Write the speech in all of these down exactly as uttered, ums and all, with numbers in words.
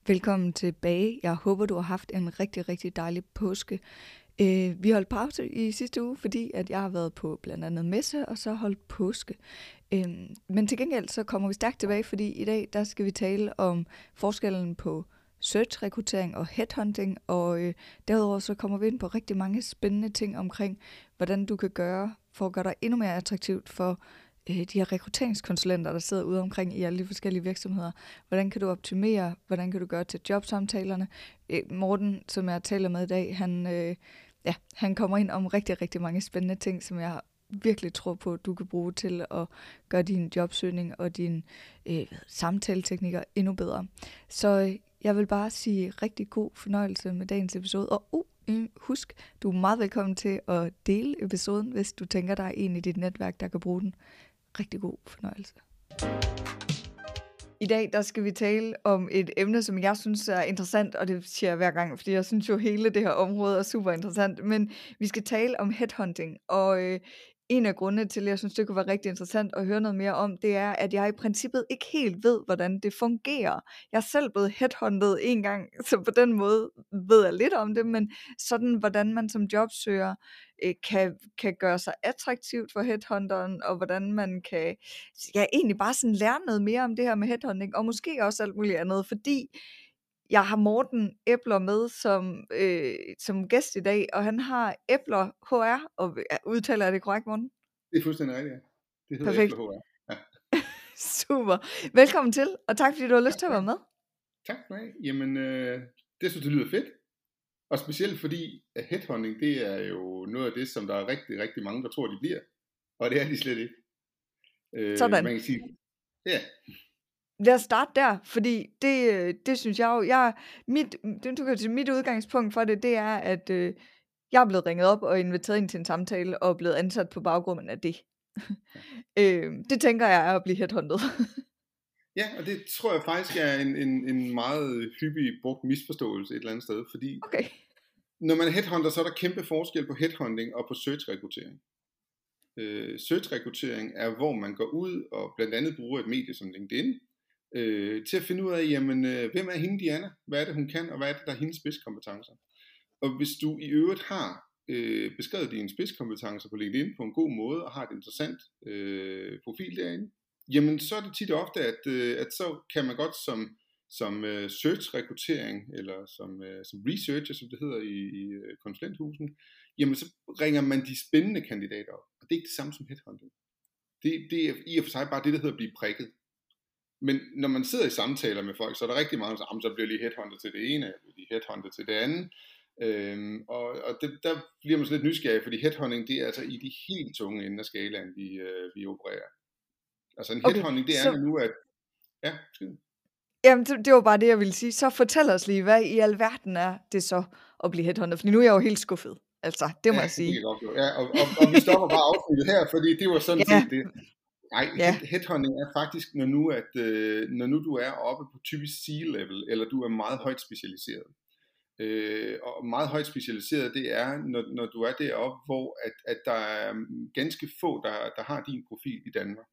Velkommen tilbage. Jeg håber, du har haft en rigtig, rigtig dejlig påske. Øh, vi holdt pause i sidste uge, fordi at jeg har været på blandt andet messe, og så holdt påske. Øh, men til gengæld så kommer vi stærkt tilbage, fordi i dag der skal vi tale om forskellen på search-rekruttering og headhunting, og øh, derudover så kommer vi ind på rigtig mange spændende ting omkring, hvordan du kan gøre for at gøre dig endnu mere attraktivt for øh, de her rekrutteringskonsulenter, der sidder ude omkring i alle de forskellige virksomheder. Hvordan kan du optimere? Hvordan kan du gøre til jobsamtalerne? Øh, Morten, som jeg taler med i dag, han, øh, ja, han kommer ind om rigtig, rigtig mange spændende ting, som jeg virkelig tror på, at du kan bruge til at gøre din jobsøgning og dine øh, samtaleteknikker endnu bedre. Så øh, jeg vil bare sige rigtig god fornøjelse med dagens episode. Og uh, øh, husk, du er meget velkommen til at dele episoden, hvis du tænker, der er en i dit netværk, der kan bruge den. Rigtig god fornøjelse. I dag der skal vi tale om et emne, som jeg synes er interessant, og det siger jeg hver gang, fordi jeg synes jo hele det her område er super interessant, men vi skal tale om headhunting, og øh, en af grundene til, at jeg synes, det kunne være rigtig interessant at høre noget mere om, det er, at jeg i princippet ikke helt ved, hvordan det fungerer. Jeg er selv blevet headhunted en gang, så på den måde ved jeg lidt om det, men sådan, hvordan man som jobsøger øh, kan, kan gøre sig attraktivt for headhunteren, og hvordan man kan ja, egentlig bare sådan lære noget mere om det her med headhunting, og måske også alt muligt andet, fordi jeg har Morten Æbler med som, øh, som gæst i dag, og han har Æbler H R, og udtaler jeg det korrekt, Morten? Det er fuldstændig rigtigt, ja. Det hedder Perfekt. Æbler H R. Ja. Super. Velkommen til, og tak fordi du har lyst Tak til at for være det. med. Tak for det. Jamen, øh, det synes det lyder fedt. Og specielt fordi, at headhunting, det er jo noget af det, som der er rigtig, rigtig mange, der tror, de bliver. Og det er de slet ikke. Øh, Sådan. Man kan sige, ja. Lad os starte der, fordi det, det synes jeg jo, jeg, mit, det, du kan sige, mit udgangspunkt for det, det er, at øh, jeg er blevet ringet op og inviteret ind til en samtale, og blevet ansat på baggrund af det. øh, det tænker jeg er at blive headhunted. Ja, og det tror jeg faktisk er en, en, en meget hyppig brugt misforståelse et eller andet sted, fordi Okay. når man er headhunter, så er der kæmpe forskel på headhunting og på search-rekruttering. Øh, search-rekruttering er, hvor man går ud og blandt andet bruger et medie som LinkedIn, øh, til at finde ud af, jamen, øh, hvem er hende Diana? Hvad er det, hun kan, og hvad er det, der er hendes spidskompetencer? Og hvis du i øvrigt har øh, beskrevet dine spidskompetencer på LinkedIn på en god måde, og har et interessant øh, profil derinde, jamen så er det tit og ofte, at, øh, at så kan man godt som, som øh, search-rekruttering, eller som, øh, som researcher, som det hedder i, i øh, konsulenthusene, jamen så ringer man de spændende kandidater op. Og det er ikke det samme som headhunting. Det, det er i og for sig bare det, der hedder at blive prikket. Men når man sidder i samtaler med folk, så er der rigtig mange, der så bliver lige headhunter til det ene, eller lige headhunter til det andet. Øhm, og og det, der bliver man så lidt nysgerrig, fordi headhunting, det er altså i de helt tunge ende af skalaen, vi, øh, vi opererer. Altså en headhunting, okay, det er så nu, at... Ja, skide. Jamen, det, det var bare det, jeg ville sige. Så fortæl os lige, hvad i alverden er det så at blive headhunter? Fordi nu er jeg jo helt skuffet. Altså, det må ja, jeg sige. Det kan godt, ja, og, og, og vi stopper bare afsnittet her, fordi det var sådan Ja. set det. Nej, Ja. headhunting er faktisk, når nu, at, øh, når nu du er oppe på typisk C-level, eller du er meget højt specialiseret. Øh, og meget højt specialiseret, det er, når, når du er deroppe, hvor at, at der er ganske få, der, der har din profil i Danmark.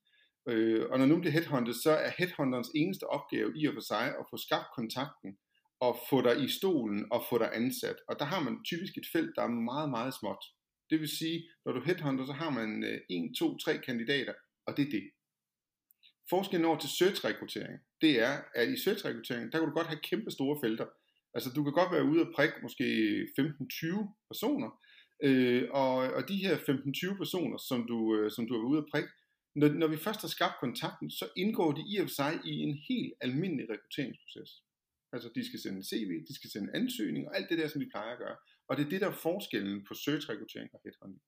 Øh, og når nu bliver headhuntet, så er headhunterens eneste opgave i og for sig at få skabt kontakten, og få dig i stolen, og få dig ansat. Og der har man typisk et felt, der er meget, meget småt. Det vil sige, når du headhunter, så har man en, to, tre kandidater, og det er det. Forskellen over til search-rekruttering, det er, at i search-rekruttering, der kan du godt have kæmpe store felter. Altså du kan godt være ude og prikke måske femten til tyve personer, øh, og, og de her femten til tyve personer, som du, øh, som du er ude og prikke, når, når vi først har skabt kontakten, så indgår de i og for sig i en helt almindelig rekrutteringsproces. Altså de skal sende en C V, de skal sende en ansøgning, og alt det der, som de plejer at gøre. Og det er det, der er forskellen på search-rekruttering og headhunting.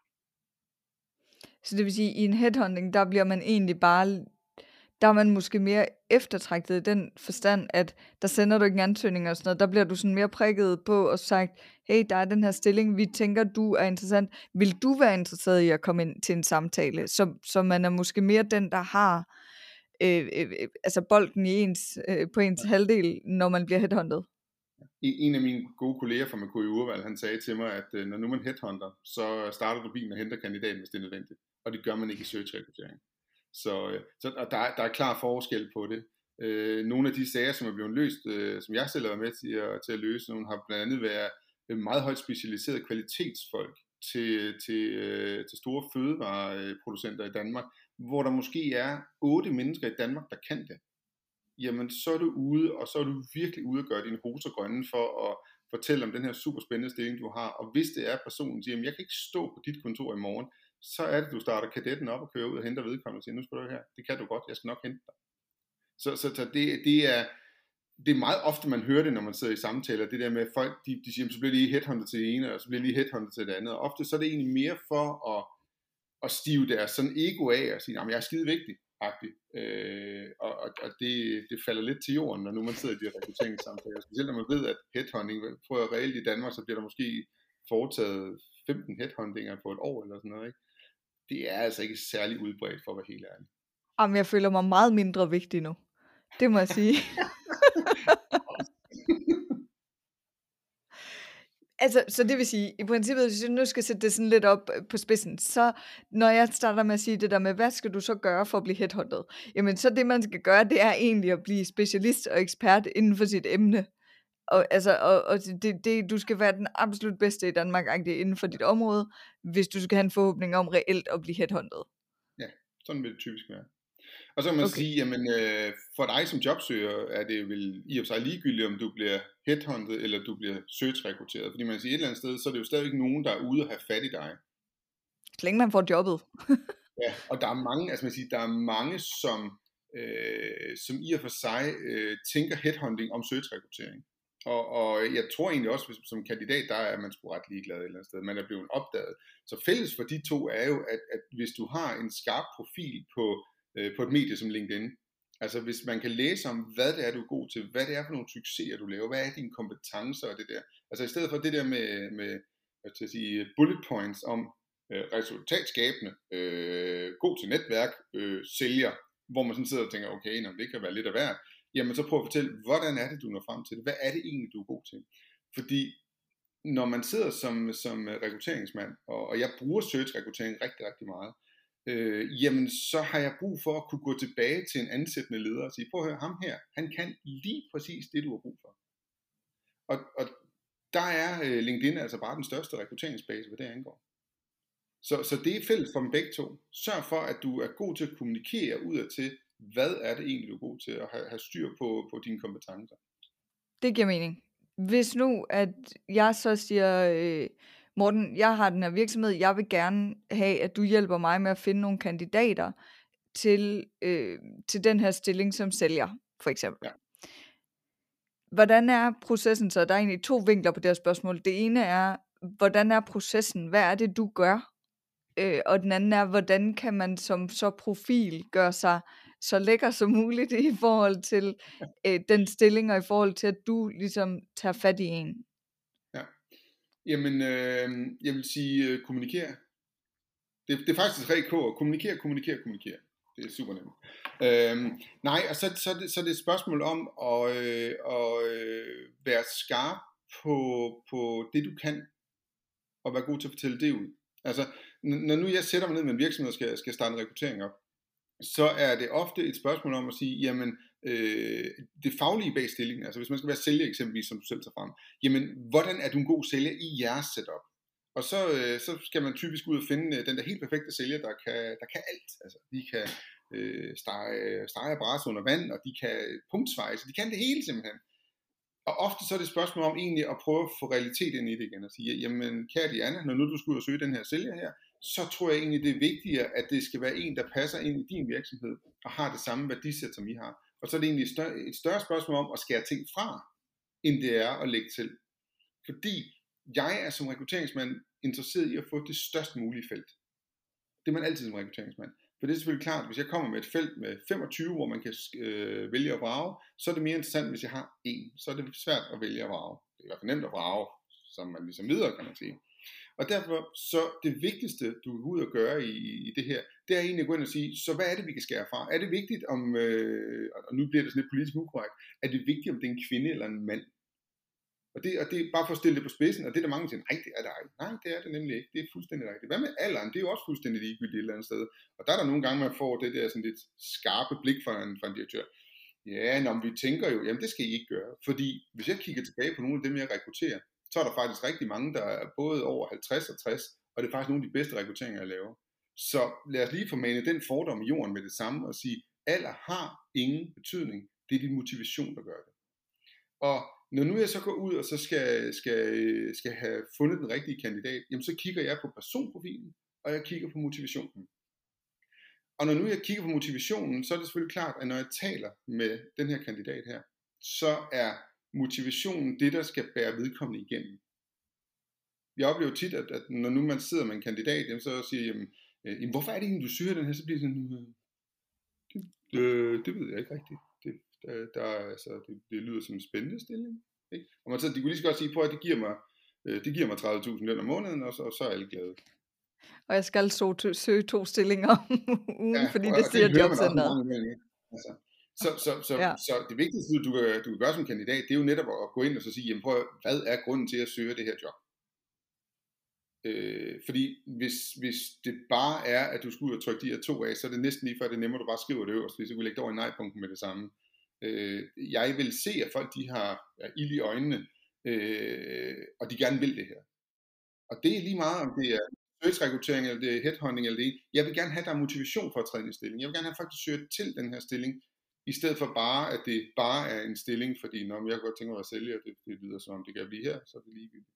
Så det vil sige, at i en headhunting, der bliver man egentlig bare, der er man måske mere eftertragtet i den forstand, at der sender du ikke en ansøgning og sådan noget, der bliver du sådan mere prikket på og sagt, hey, der er den her stilling, vi tænker, du er interessant, vil du være interesseret i at komme ind til en samtale? Så, så man er måske mere den, der har øh, øh, altså bolden i ens, øh, på ens ja. halvdel, når man bliver headhuntet. En af mine gode kolleger fra Merkur Urvalg, han sagde til mig, at når nu man headhunter, så starter du bilen og henter kandidaten, hvis det er nødvendigt. Og det gør man ikke i search-rekruttering. Så, så og der, der er klar forskel på det. Øh, nogle af de sager, som er blevet løst, øh, som jeg selv har været med til at, til at løse, nogle har blandt andet været meget højt specialiserede kvalitetsfolk til, til, øh, til store fødevareproducenter i Danmark, hvor der måske er otte mennesker i Danmark, der kan det. Jamen, så er du ude, og så er du virkelig ude at gøre dine hoser grønne for at fortælle om den her super spændende stilling, du har. Og hvis det er, personen siger, jeg kan ikke stå på dit kontor i morgen, så er det, du starter kadetten op og kører ud og henter vedkommende og siger, nu skal du her. Det kan du godt, jeg skal nok hente dig. Så, så, så det, det, er, det er meget ofte, man hører det, når man sidder i samtaler, det der med, at folk, de, de siger, så bliver de lige headhunted til det ene, og så bliver de lige headhunted til det andet. Og ofte så er det egentlig mere for at, at stive deres sådan ego af og sige, jeg er skide vigtig. Øh, og og det, det falder lidt til jorden, når nu man sidder i de rekrutteringssamtaler. Specielt når man ved, at headhunting prøver reelt i Danmark, så bliver der måske foretaget femten headhuntinger på et år eller sådan noget. Ikke? Det er altså ikke særlig udbredt, for at være helt ærlig. Jamen, jeg føler mig meget mindre vigtig nu. Det må jeg sige. Altså, så det vil sige, i princippet, hvis jeg nu skal sætte det sådan lidt op på spidsen, så når jeg starter med at sige det der med, hvad skal du så gøre for at blive headhunted? Jamen, så det man skal gøre, det er egentlig at blive specialist og ekspert inden for sit emne. Og, altså, og, og det, det, du skal være den absolut bedste i Danmark inden for dit område, hvis du skal have en forhåbning om reelt at blive headhunted. Ja, sådan vil det typisk være. Og så kan man okay. sige, jamen øh, for dig som jobsøger er det vel i og for sig ligegyldigt, om du bliver headhunted eller du bliver search-rekrutteret. Fordi man siger, et eller andet sted, så er det jo stadigvæk nogen, der er ude og have fat i dig. Så længe man får jobbet. Ja, og der er mange, altså man siger, der er mange, som, øh, som i og for sig øh, tænker headhunting om search-rekruttering. Og, og jeg tror egentlig også, hvis, som kandidat, der er man sgu ret ligeglad et eller andet sted. Man er blevet opdaget. Så fælles for de to er jo, at, at hvis du har en skarp profil på på et medie som LinkedIn. Altså hvis man kan læse om, hvad det er, du er god til, hvad det er for nogle succeser, du laver, hvad er dine kompetencer og det der. Altså i stedet for det der med, med hvad skal jeg sige, bullet points om øh, resultatskabende, øh, god til netværk, øh, sælger, hvor man sådan sidder og tænker, okay, nå, det kan være lidt af hvert. Jamen så prøv at fortælle, hvordan er det, du når frem til det? Hvad er det egentlig, du er god til? Fordi når man sidder som, som rekrutteringsmand, og, og jeg bruger search-rekruttering rigtig, rigtig meget, Øh, jamen så har jeg brug for at kunne gå tilbage til en ansættende leder og sige, prøv at høre, ham her, han kan lige præcis det, du har brug for. Og, og der er øh, LinkedIn altså bare den største rekrutteringsbase, hvad det angår. Så, så det er fælles for dem begge to. Sørg for, at du er god til at kommunikere udadtil, hvad er det egentlig, du er god til, at have, have styr på, på dine kompetencer. Det giver mening. Hvis nu, at jeg så siger, øh, Morten, jeg har den her virksomhed, jeg vil gerne have, at du hjælper mig med at finde nogle kandidater til, øh, til den her stilling som sælger, for eksempel. Ja. Hvordan er processen så? Der er egentlig to vinkler på det her spørgsmål. Det ene er, hvordan er processen? Hvad er det, du gør? Øh, og den anden er, hvordan kan man som så profil gøre sig så lækker som muligt i forhold til øh, den stilling, og i forhold til, at du ligesom tager fat i en? Ja, jamen, øh, jeg vil sige øh, kommunikere. Det, det er faktisk tre K'er. Kommunikere, kommunikere, kommunikere. Det er super nemt. Øhm, nej, og så, så, så er det et spørgsmål om at, øh, at øh, være skarp på, på det, du kan, og være god til at fortælle det ud. Altså, når nu jeg sætter mig ned med en virksomhed og skal, skal starte en rekruttering op, så er det ofte et spørgsmål om at sige, jamen, øh, det faglige bag stillingen, altså hvis man skal være sælger eksempelvis, som du selv tager frem, jamen, hvordan er du en god sælger i jeres setup? Og så, øh, så skal man typisk ud og finde øh, den der helt perfekte sælger, der kan, der kan alt. Altså, de kan øh, stege, stege brase under vand, og de kan punktsvejse, de kan det hele simpelthen. Og ofte så er det et spørgsmål om egentlig at prøve at få realitet ind i det igen, og sige, jamen kære Diana, når nu du skal ud og søge den her sælger her, så tror jeg egentlig, det er vigtigere, at det skal være en, der passer ind i din virksomhed, og har det samme værdisæt, som I har. Og så er det egentlig et større, et større spørgsmål om at skære ting fra, end det er at lægge til. Fordi jeg er som rekrutteringsmand interesseret i at få det størst mulige felt. Det er man altid som rekrutteringsmand. For det er selvfølgelig klart, at hvis jeg kommer med et felt med femogtyve, hvor man kan øh, vælge at vrage, så er det mere interessant, hvis jeg har en. Så er det svært at vælge at vrage. Det er i hvert fald nemt at vrage, som man ligesom videre, kan man sige. Og derfor, så det vigtigste, du kan gå ud og gøre i, i det her, det er egentlig at gå ind og sige, så hvad er det, vi kan skære fra? Er det vigtigt om, øh, og nu bliver det sådan lidt politisk ukorrekt, er det vigtigt, om det er en kvinde eller en mand? Og det, og det er bare for at stille det på spidsen, og det er der mange, der siger, nej, det er det ikke. Nej, det er det nemlig ikke. Det er fuldstændig rigtigt. Hvad med alderen? Det er jo også fuldstændig ligegyldigt et eller andet sted. Og der er der nogle gange, man får det der sådan lidt skarpe blik fra en, fra en direktør. Ja, når vi tænker jo, jamen det skal I ikke gøre. Fordi hvis jeg kigger tilbage på nogle af dem, jeg rekrutterer, så er der faktisk rigtig mange, der er både over halvtreds og tres, og det er faktisk nogle af de bedste rekrutteringer, jeg laver. Så lad os lige få manet den fordom i jorden med det samme og sige, alder har ingen betydning. Det er din motivation, der gør det. Og når nu jeg så går ud og så skal, skal, skal have fundet den rigtige kandidat, jamen så kigger jeg på personprofilen, og jeg kigger på motivationen. Og når nu jeg kigger på motivationen, så er det selvfølgelig klart, at når jeg taler med den her kandidat her, så er motivationen det, der skal bære vedkommende igennem. Jeg oplever tit, at, at når nu man sidder med en kandidat, jamen, så siger jeg, jamen, jamen, hvorfor er det egentlig, du søger den her? Så bliver det sådan, det, det, det ved jeg ikke rigtigt. Det, der, der, altså, det, det lyder som en spændende stilling. Ikke? Og man så, de kunne lige så godt sige, på at det giver mig, det giver mig tredive tusind løn om måneden, og så, og så er alle glade. Og jeg skal så to, søge to stillinger om ugen, ja, fordi og, det og siger det jobcenteret. Altså, så, så, så, ja. så det vigtigste, du kan, du kan gøre som kandidat, det er jo netop at gå ind og så sige, jamen prøv, hvad er grunden til at søge det her job? Øh, fordi hvis, hvis det bare er, at du skal ud og trykke de her to af, så er det næsten lige før, det er nemmere, at du bare skriver det øverst, hvis du kan lægge det over i nej-punkten med det samme. Øh, jeg vil se, at folk de har ja, ild i øjnene, øh, og de gerne vil det her. Og det er lige meget, om det er søgsrekruttering, eller det er headhunting, eller det er, jeg vil gerne have, der er motivation for at træde ind i stilling. Jeg vil gerne have, at folk søger til den her stilling, i stedet for bare, at det bare er en stilling, fordi når jeg kan godt tænke mig at sælge, og det, det lyder som om det kan blive her, så er det ligegyldigt.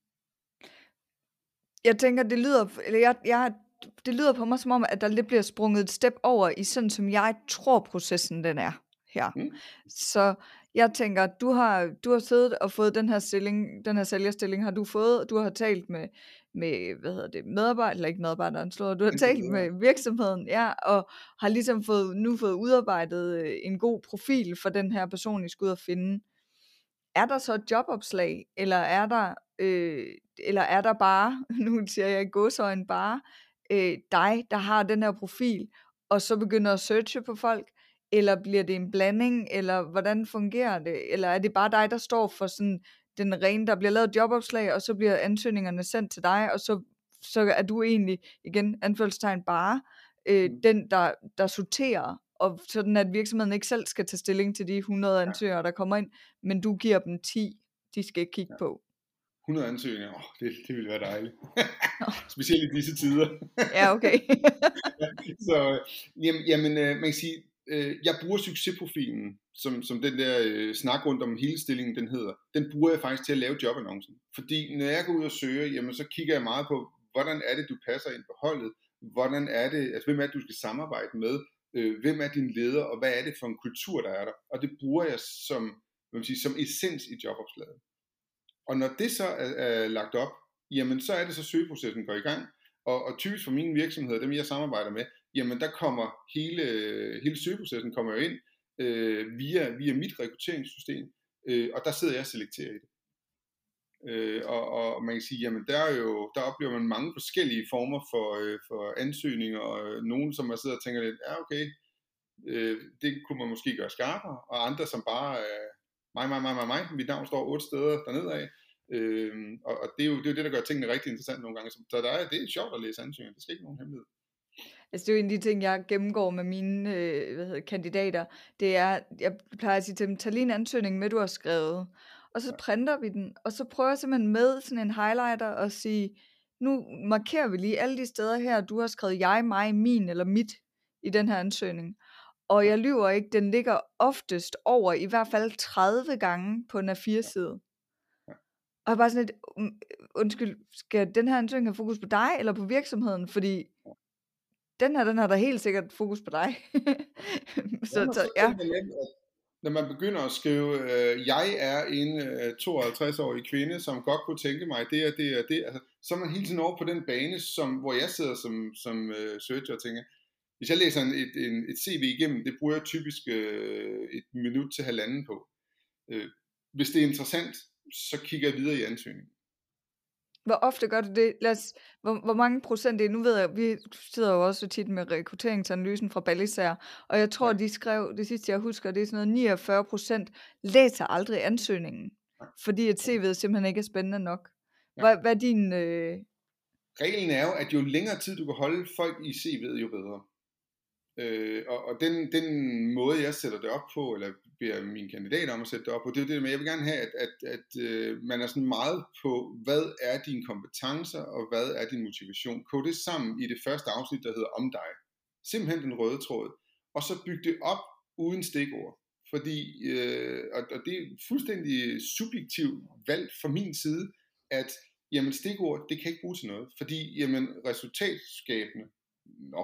Jeg tænker, det lyder, eller jeg, jeg, det lyder på mig som om, at der lidt bliver sprunget et step over i sådan, som jeg tror processen den er her. Mm. Så jeg tænker, du har, du har siddet og fået den her stilling, den her sælgerstilling, har du fået, du har talt med, med hvad hedder det, medarbejdere, eller ikke medarbejderen, du har talt med virksomheden, ja, og har ligesom fået, nu fået udarbejdet en god profil for den her person, I skal ud og finde. Er der så et jobopslag, eller er der, øh, eller er der bare, nu siger jeg i gåseøjne bare, øh, dig, der har den her profil, og så begynder at searche på folk, eller bliver det en blanding, eller hvordan fungerer det, eller er det bare dig, der står for sådan den rene, der bliver lavet jobopslag, og så bliver ansøgningerne sendt til dig, og så, så er du egentlig, igen, anførselstegn bare, øh, mm. den, der, der sorterer, og sådan at virksomheden ikke selv skal tage stilling til de hundrede ansøgere, der kommer ind, men du giver dem ti, de skal kigge ja. på. hundrede ansøgninger, oh, det, det ville være dejligt. Specielt i disse tider. Ja, okay. Så, jamen, jamen, man kan sige, jeg bruger succesprofilen, som, som den der øh, snak rundt om hele stillingen, den hedder, den bruger jeg faktisk til at lave jobannoncen. Fordi når jeg går ud og søger, jamen, så kigger jeg meget på, hvordan er det, du passer ind på holdet, hvordan er det, altså hvem er det, du skal samarbejde med, øh, hvem er din leder, og hvad er det for en kultur, der er der. Og det bruger jeg som, hvad man siger, som essens i jobopslaget. Og når det så er, er lagt op, jamen så er det så søgeprocessen går i gang, og, og typisk for mine virksomheder, dem jeg samarbejder med, jamen der kommer hele, hele søgeprocessen kommer jo ind øh, via, via mit rekrutteringssystem, øh, og der sidder jeg og selekterer i det. Øh, og, og man kan sige, jamen der, er jo, der oplever man mange forskellige former for, øh, for ansøgninger, og øh, nogen som man sidder og tænker lidt, ja okay, øh, det kunne man måske gøre skarpere, og andre som bare, øh, mig, mig, mig, mig, mig, mit navn står otte steder dernede af, øh, og, og det er jo det, er jo det, der gør tingene rigtig interessant nogle gange, så der er, det er sjovt at læse ansøgninger, det skal ikke nogen hemmelighed. Altså det er jo en af de ting, jeg gennemgår med mine øh, hvad hedder, kandidater, det er, jeg plejer at sige til dem, tag lige en ansøgning med, du har skrevet, og så printer vi den, og så prøver jeg simpelthen med sådan en highlighter og sige, nu markerer vi lige alle de steder her, du har skrevet jeg, mig, min eller mit i den her ansøgning. Og jeg lyver ikke, den ligger oftest over i hvert fald tredive gange på en A fire side. Og jeg er bare sådan lidt, undskyld, skal den her ansøgning have fokus på dig eller på virksomheden? Fordi den her, den har da helt sikkert fokus på dig. så, Jamen, så, så ja. Når man begynder at skrive, øh, jeg er en øh, tooghalvtreds-årig kvinde, som godt kunne tænke mig det og det og det, altså, så er man hele tiden over på den bane, som, hvor jeg sidder som, som øh, searcher og tænker, hvis jeg læser en, et, en, et C V igennem, det bruger jeg typisk øh, et minut til halvanden på. Øh, hvis det er interessant, så kigger jeg videre i ansøgningen. Hvor ofte gør du det? Lad os, hvor, hvor mange procent det er? Nu ved jeg, vi sidder jo også tit med rekrutteringsanalysen fra Ballisær, og jeg tror, ja. de skrev, det sidste jeg husker, det er sådan noget niogfyrre procent læser aldrig ansøgningen, ja. fordi at C V'et simpelthen ikke er spændende nok. Ja. Hvad, hvad er din... Øh... Reglen er jo, at jo længere tid du kan holde folk i C V'et, jo bedre. Øh, og og den, den måde, jeg sætter det op på, eller beder min kandidat om at sætte det op på, det er jo det med, jeg vil gerne have, at, at, at øh, man er sådan meget på, hvad er dine kompetencer, og hvad er din motivation. Kog det sammen i det første afsnit, der hedder Om dig. Simpelthen den røde tråd. Og så byg det op uden stikord. Fordi, øh, og, og det er fuldstændig subjektivt valgt fra min side, at jamen, stikord, det kan ikke bruges til noget. Fordi jamen, resultatskabende, nå,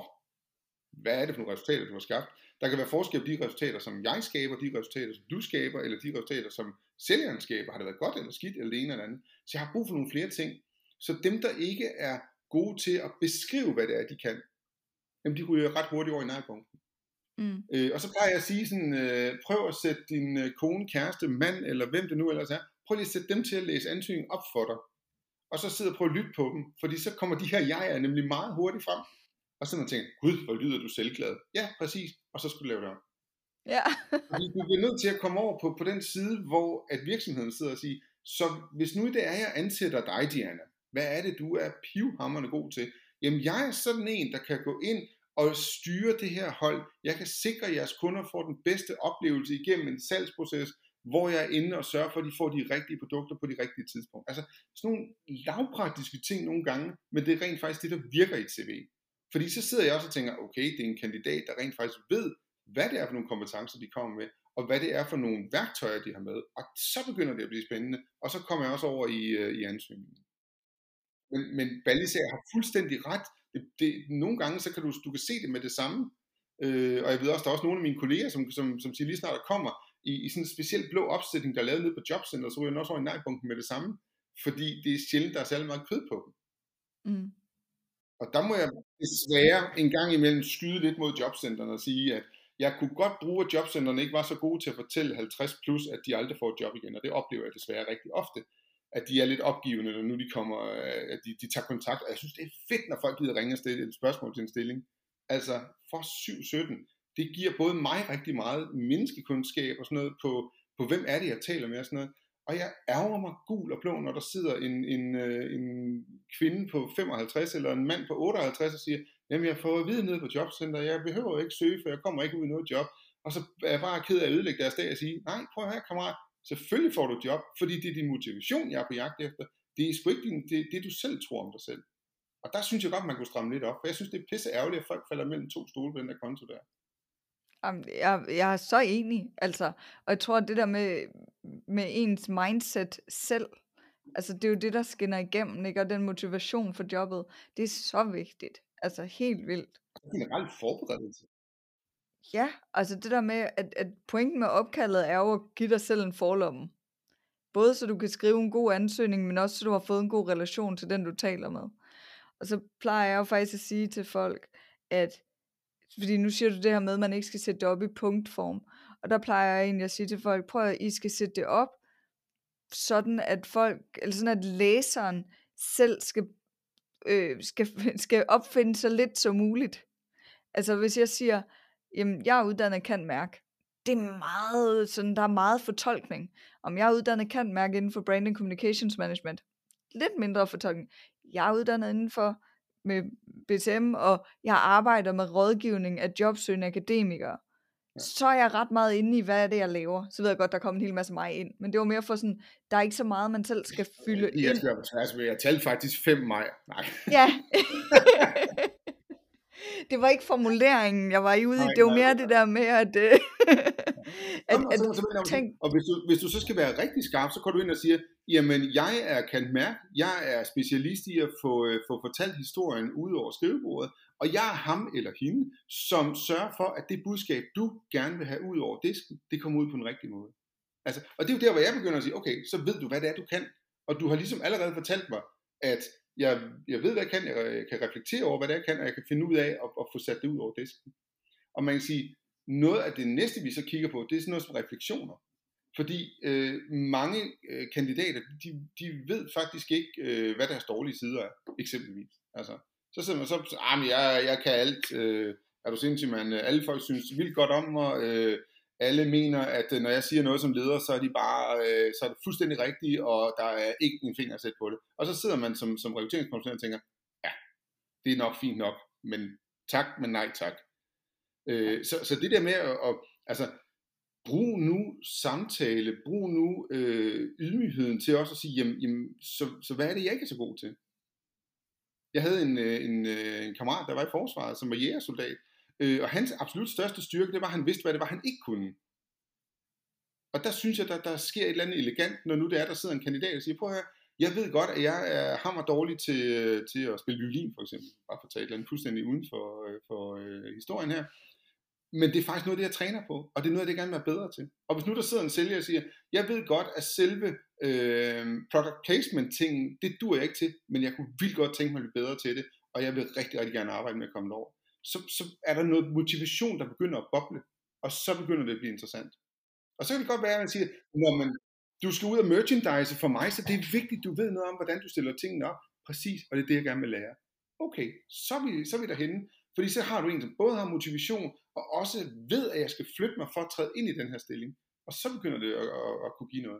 hvad er det for nogle resultater, du har skabt? Der kan være forskel på de resultater, som jeg skaber, de resultater, som du skaber, eller de resultater, som sælgeren skaber. Har det været godt eller skidt, eller det ene eller andet? Så jeg har brug for nogle flere ting. Så dem, der ikke er gode til at beskrive, hvad det er, de kan, jamen, de ryger ret hurtigt over i nejpunkten. Mm. Øh, og så plejer jeg at sige sådan, øh, prøv at sætte din øh, kone, kæreste, mand, eller hvem det nu ellers er, prøv lige at sætte dem til at læse ansøgningen op for dig. Og så sidde og prøve at lytte på dem, fordi så kommer de her jeg er nemlig meget hurtigt frem. Og så man tænker, gud, hvor lyder du selvglad. Ja, præcis. Og så skulle du lave det om. Ja. Fordi du bliver nødt til at komme over på, på den side, hvor at virksomheden sidder og siger, så hvis nu det er, jeg ansætter dig, Diana, hvad er det, du er pivhamrende god til? Jamen, jeg er sådan en, der kan gå ind og styre det her hold. Jeg kan sikre, at jeres kunder får den bedste oplevelse igennem en salgsproces, hvor jeg er inde og sørger for, at de får de rigtige produkter på de rigtige tidspunkter. Altså, sådan nogle lavpraktiske ting nogle gange, men det er rent faktisk det, der virker i et C V. Fordi så sidder jeg også og tænker, okay, det er en kandidat, der rent faktisk ved, hvad det er for nogle kompetencer, de kommer med, og hvad det er for nogle værktøjer, de har med. Og så begynder det at blive spændende, og så kommer jeg også over i, uh, i ansøgningen. Men, men Ballisager har fuldstændig ret. Det, det, nogle gange, så kan du, du kan se det med det samme. Øh, og jeg ved også, der er også nogle af mine kolleger, som, som, som siger lige snart, der kommer i, i sådan en speciel blå opsætning, der er lavet nede på jobcenter, så ryger jeg også over i nejpunkten med det samme. Fordi det er sjældent, der er særlig meget kød på dem. Mm. Og der må jeg desværre en gang imellem skyde lidt mod jobcentrene og sige, at jeg kunne godt bruge, at jobcentrene ikke var så gode til at fortælle halvtreds plus, at de aldrig får et job igen. Og det oplever jeg desværre rigtig ofte, at de er lidt opgivende, når nu de kommer, at de, de tager kontakt. Og jeg synes, det er fedt, når folk gider ringe og stille et spørgsmål til en stilling. Altså for syv sytten, det giver både mig rigtig meget menneskekundskab og sådan noget på, på hvem er det, jeg taler med og sådan noget. Og jeg ærger mig gul og blå, når der sidder en, en, en kvinde på femoghalvtreds eller en mand på otteoghalvtreds og siger, jamen jeg får at vide nede på jobcenter, jeg behøver ikke søge, for jeg kommer ikke ud i noget job. Og så er jeg bare ked af at ødelægge deres dag og sige, nej, prøv at høre, kammerat, selvfølgelig får du et job, fordi det er din motivation, jeg er på jagt efter. Det er sgu ikke din, det, det, du selv tror om dig selv. Og der synes jeg godt, man kunne stramme lidt op, for jeg synes, det er pisse ærgerligt, at folk falder mellem to stole på den der konto der. Jeg, jeg er så enig, altså, og jeg tror, at det der med, med ens mindset selv, altså det er jo det, der skinner igennem, ikke? Og den motivation for jobbet, det er så vigtigt, altså helt vildt. Generelt forberedelse. Ja, altså det der med, at, at pointen med opkaldet er jo at give dig selv en forlomme. Både så du kan skrive en god ansøgning, men også så du har fået en god relation til den, du taler med. Og så plejer jeg jo faktisk at sige til folk, at fordi nu siger du det her med, at man ikke skal sætte det op i punktform. Og der plejer jeg egentlig at sige til folk, prøv at I skal sætte det op, sådan at folk, eller sådan at læseren selv skal, øh, skal, skal opfinde så lidt som muligt. Altså hvis jeg siger, jamen jeg er uddannet kan-mærke, det er meget, sådan, der er meget fortolkning. Om jeg er uddannet kan-mærke inden for Branding Communications Management, lidt mindre fortolkning. Jeg er uddannet inden for med B T M, og jeg arbejder med rådgivning af jobsøgende akademikere, ja. Så er jeg ret meget inde i, hvad er det, jeg laver. Så ved jeg godt, der kommer en hel masse mig ind. Men det var mere for sådan, der er ikke så meget, man selv skal fylde jeg, ind. Jeg, altså, jeg talte faktisk fem maj. Nej. Ja. Det var ikke formuleringen, jeg var i ude i. Det var mere det der med, at... at, Jamen, at, at, at tænk... Og hvis du, hvis du så skal være rigtig skarp, så går du ind og siger, jamen, jeg er kan mærke, jeg er specialist i at få, få fortalt historien ud over skrivebordet, og jeg er ham eller hende, som sørger for, at det budskab, du gerne vil have ud over disken, det kommer ud på den rigtige måde. Altså, og det er jo der, hvor jeg begynder at sige, okay, så ved du, hvad det er, du kan, og du har ligesom allerede fortalt mig, at jeg, jeg ved, hvad jeg kan, jeg kan reflektere over, hvad det er, jeg kan, og jeg kan finde ud af at, at få sat det ud over disken. Og man kan sige, noget af det næste, vi så kigger på, det er sådan noget som refleksioner. Fordi øh, mange øh, kandidater, de, de ved faktisk ikke, øh, hvad deres dårlige sider er, eksempelvis. Altså, så sidder man så, ah, men jeg, jeg kan alt, øh, er du sindssygt, man, alle folk synes vildt godt om mig, øh, alle mener, at når jeg siger noget som leder, så er de bare, øh, så er det fuldstændig rigtigt, og der er ikke en finger at sætte på det. Og så sidder man som, som rekrutteringskonsulent og tænker, ja, det er nok fint nok, men tak, men nej tak. Øh, så, så det der med at, at altså, brug nu samtale, brug nu øh, ydmygheden til også at sige, jamen, jamen så, så hvad er det, jeg ikke er så god til? Jeg havde en, en, en kammerat, der var i forsvaret, som var jægersoldat, øh, og hans absolut største styrke, det var, at han vidste, hvad det var, han ikke kunne. Og der synes jeg, der, der sker et eller andet elegant, når nu det er, der sidder en kandidat og siger, prøv at høre, jeg ved godt, at jeg er hammer dårlig til, til at spille violin, for eksempel, bare for at tage et eller andet fuldstændig uden for, for uh, historien her. Men det er faktisk noget, det jeg træner på, og det er noget, det jeg gerne vil være bedre til. Og hvis nu der sidder en sælger og siger, jeg ved godt, at selve øh, product placement-tingen, det duer jeg ikke til, men jeg kunne vildt godt tænke mig at blive bedre til det, og jeg vil rigtig, rigtig gerne arbejde med at komme derover. Så, så er der noget motivation, der begynder at boble, og så begynder det at blive interessant. Og så kan det godt være, at man siger, når man, du skal ud og merchandise for mig, så det er vigtigt, du ved noget om, hvordan du stiller tingene op. Præcis, og det er det, jeg gerne vil lære. Okay, så er vi, så er vi derhenne. Fordi så har du en, som både har motivation, og også ved, at jeg skal flytte mig for at træde ind i den her stilling. Og så begynder det at, at, at kunne give noget.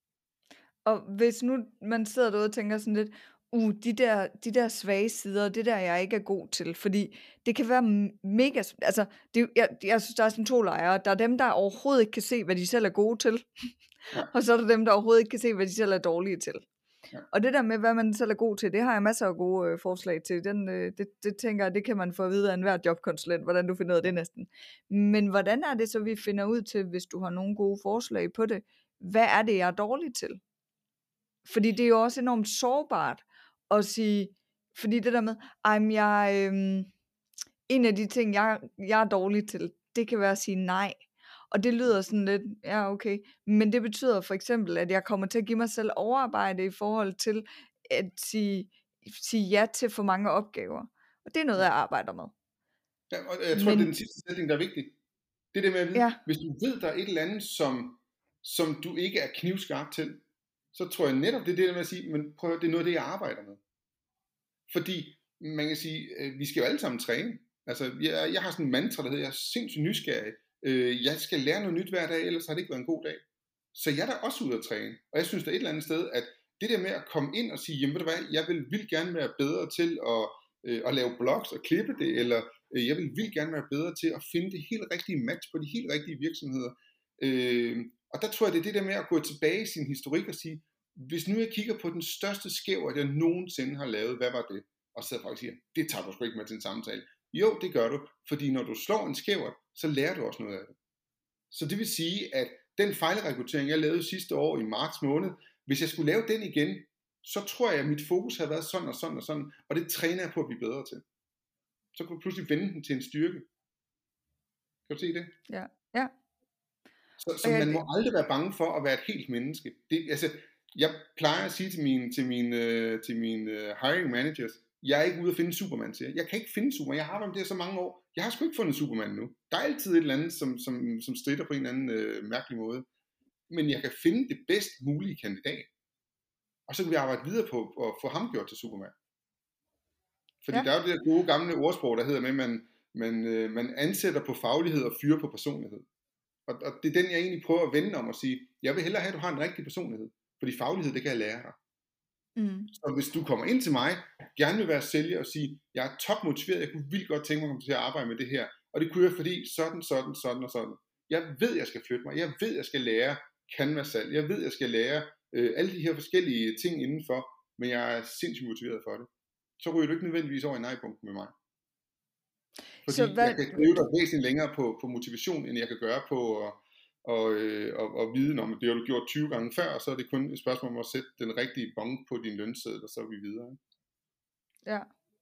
Og hvis nu man sidder derude og tænker sådan lidt, uh, de der, de der svage sider, det der jeg ikke er god til, fordi det kan være mega, altså, det, jeg, jeg synes, der er sådan to lejre. Der er dem, der overhovedet ikke kan se, hvad de selv er gode til, ja. Og så er der dem, der overhovedet ikke kan se, hvad de selv er dårlige til. Ja. Og det der med, hvad man selv er god til, det har jeg masser af gode øh, forslag til. Den, øh, det, det tænker jeg, det kan man få at vide af enhver jobkonsulent, hvordan du finder ud af det næsten. Men hvordan er det så, vi finder ud til, hvis du har nogle gode forslag på det? Hvad er det, jeg er dårlig til? Fordi det er jo også enormt sårbart at sige, fordi det der med, ej, jeg, øh, en af de ting, jeg, jeg er dårlig til, det kan være at sige nej. Og det lyder sådan lidt, ja okay, men det betyder for eksempel, at jeg kommer til at give mig selv overarbejde i forhold til at sige, sige ja til for mange opgaver. Og det er noget, jeg arbejder med. Ja, og jeg tror, men, det er den sidste sætning, der er vigtig. Det er det med at vide, ja. Hvis du ved, der er et eller andet, som, som du ikke er knivskarp til, så tror jeg netop, det er det der med at sige, men prøv at, det er noget af det, jeg arbejder med. Fordi, man kan sige, vi skal jo alle sammen træne. Altså, jeg, jeg har sådan en mantra, der hedder, jeg er sindssygt nysgerrig. Jeg skal lære noget nyt hver dag, ellers har det ikke været en god dag. Så jeg er da også ude at træne. Og jeg synes der er et eller andet sted, at det der med at komme ind og sige, jamen ved du hvad, jeg vil vildt gerne være bedre til at, øh, at lave blogs og klippe det, eller øh, jeg vil vildt gerne være bedre til at finde det helt rigtige match på de helt rigtige virksomheder. Øh, og der tror jeg, det er det der med at gå tilbage i sin historik og sige, hvis nu jeg kigger på den største skævert, jeg nogensinde har lavet, hvad var det? Og så folk siger, det tager du sgu ikke med til en samtale. Jo, det gør du, fordi når du slår en skævert, så lærer du også noget af det. Så det vil sige, at den fejlrekruttering, jeg lavede sidste år i marts måned, hvis jeg skulle lave den igen, så tror jeg, at mit fokus har været sådan og sådan og sådan, og det træner jeg på at blive bedre til. Så kan du pludselig vende den til en styrke. Kan du se det? Ja, ja. Så, så man må aldrig være bange for at være et helt menneske. Det, altså, jeg plejer at sige til mine, til mine, til mine hiring managers, jeg er ikke ude at finde Superman til. Jeg kan ikke finde Superman. Jeg har været med det så mange år. Jeg har sgu ikke fundet Superman nu. Der er altid et eller andet, som, som, som stritter på en eller anden øh, mærkelig måde. Men jeg kan finde det bedst mulige kandidat. Og så kan vi arbejde videre på at få ham gjort til Superman. Fordi ja. Der er jo det der gode gamle ordsprog, der hedder med, at man, man, øh, man ansætter på faglighed og fyrer på personlighed. Og, og det er den, jeg egentlig prøver at vende om og sige, jeg vil hellere have, at du har en rigtig personlighed. Fordi faglighed, det kan jeg lære dig. Mm. Så hvis du kommer ind til mig, gerne vil være sælger og sige, jeg er topmotiveret, jeg kunne vildt godt tænke mig at komme til at arbejde med det her, og det kunne jeg, fordi sådan, sådan, sådan og sådan. Jeg ved, jeg skal flytte mig, jeg ved, jeg skal lære canvas-salg, jeg ved, jeg skal lære øh, alle de her forskellige ting indenfor, men jeg er sindssygt motiveret for det. Så ryger du ikke nødvendigvis over i nej-punkten med mig. Fordi så hvad... jeg kan drive dig væsentligt længere på, på motivation, end jeg kan gøre på at Og, øh, og, og viden om, at det har du gjort tyve gange før, og så er det kun et spørgsmål om at sætte den rigtige bong på din lønseddel, og så er vi videre. Ja,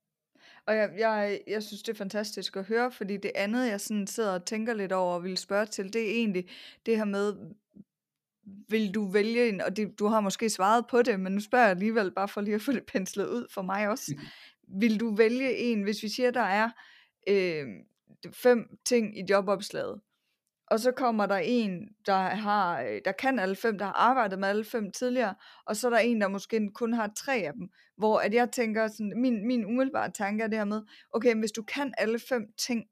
og jeg, jeg, jeg synes, det er fantastisk at høre, fordi det andet, jeg sådan sidder og tænker lidt over og vil spørge til, det er egentlig det her med, vil du vælge en, og det, du har måske svaret på det, men nu spørger jeg alligevel bare for lige at få det penslet ud for mig også. Vil du vælge en, hvis vi siger, der er øh, fem ting i jobopslaget, og så kommer der en, der har, der kan alle fem, der har arbejdet med alle fem tidligere, og så er der en, der måske kun har tre af dem, hvor at jeg tænker, sådan, min, min umiddelbare tanke er det her med, okay, hvis du kan alle fem ting,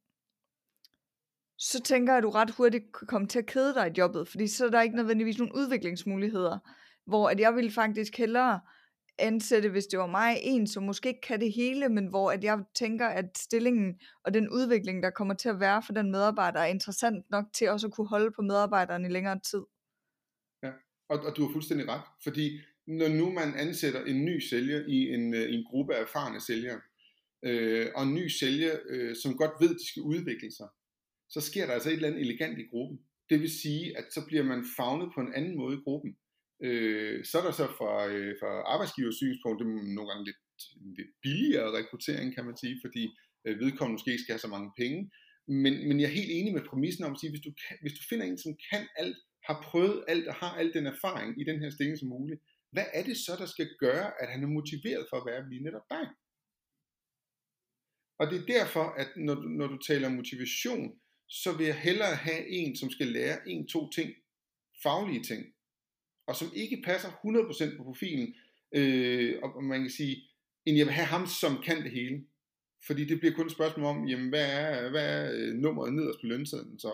så tænker jeg, at du ret hurtigt kan komme til at kede dig i jobbet, fordi så er der ikke nødvendigvis nogen udviklingsmuligheder, hvor at jeg ville faktisk hellere ansætte, hvis det var mig, en, som måske ikke kan det hele, men hvor at jeg tænker, at stillingen og den udvikling, der kommer til at være for den medarbejder, er interessant nok til også at kunne holde på medarbejderen i længere tid. Ja, og, og du har fuldstændig ret, fordi når nu man ansætter en ny sælger i en, i en gruppe af erfarne sælgere, øh, og en ny sælger, øh, som godt ved, at de skal udvikle sig, så sker der altså et eller andet elegant i gruppen. Det vil sige, at så bliver man favnet på en anden måde i gruppen. Øh, så er der så fra, øh, fra arbejdsgivers synspunkt, det er nogle gange lidt, lidt billigere rekruttering, kan man sige, fordi øh, vedkommende måske ikke skal have så mange penge. Men, men jeg er helt enig med præmissen om at sige, hvis du, kan, hvis du finder en, som kan alt, har prøvet alt og har al den erfaring i den her stilling som muligt, hvad er det så, der skal gøre, at han er motiveret for at være lige netop dig? Og det er derfor, at når du, når du taler om motivation, så vil jeg hellere have en, som skal lære en, to ting, faglige ting, og som ikke passer hundrede procent på profilen, øh, og man kan sige, end jeg vil have ham, som kan det hele. Fordi det bliver kun et spørgsmål om, jamen, hvad er, hvad er nummeret nederst på lønsedlen så?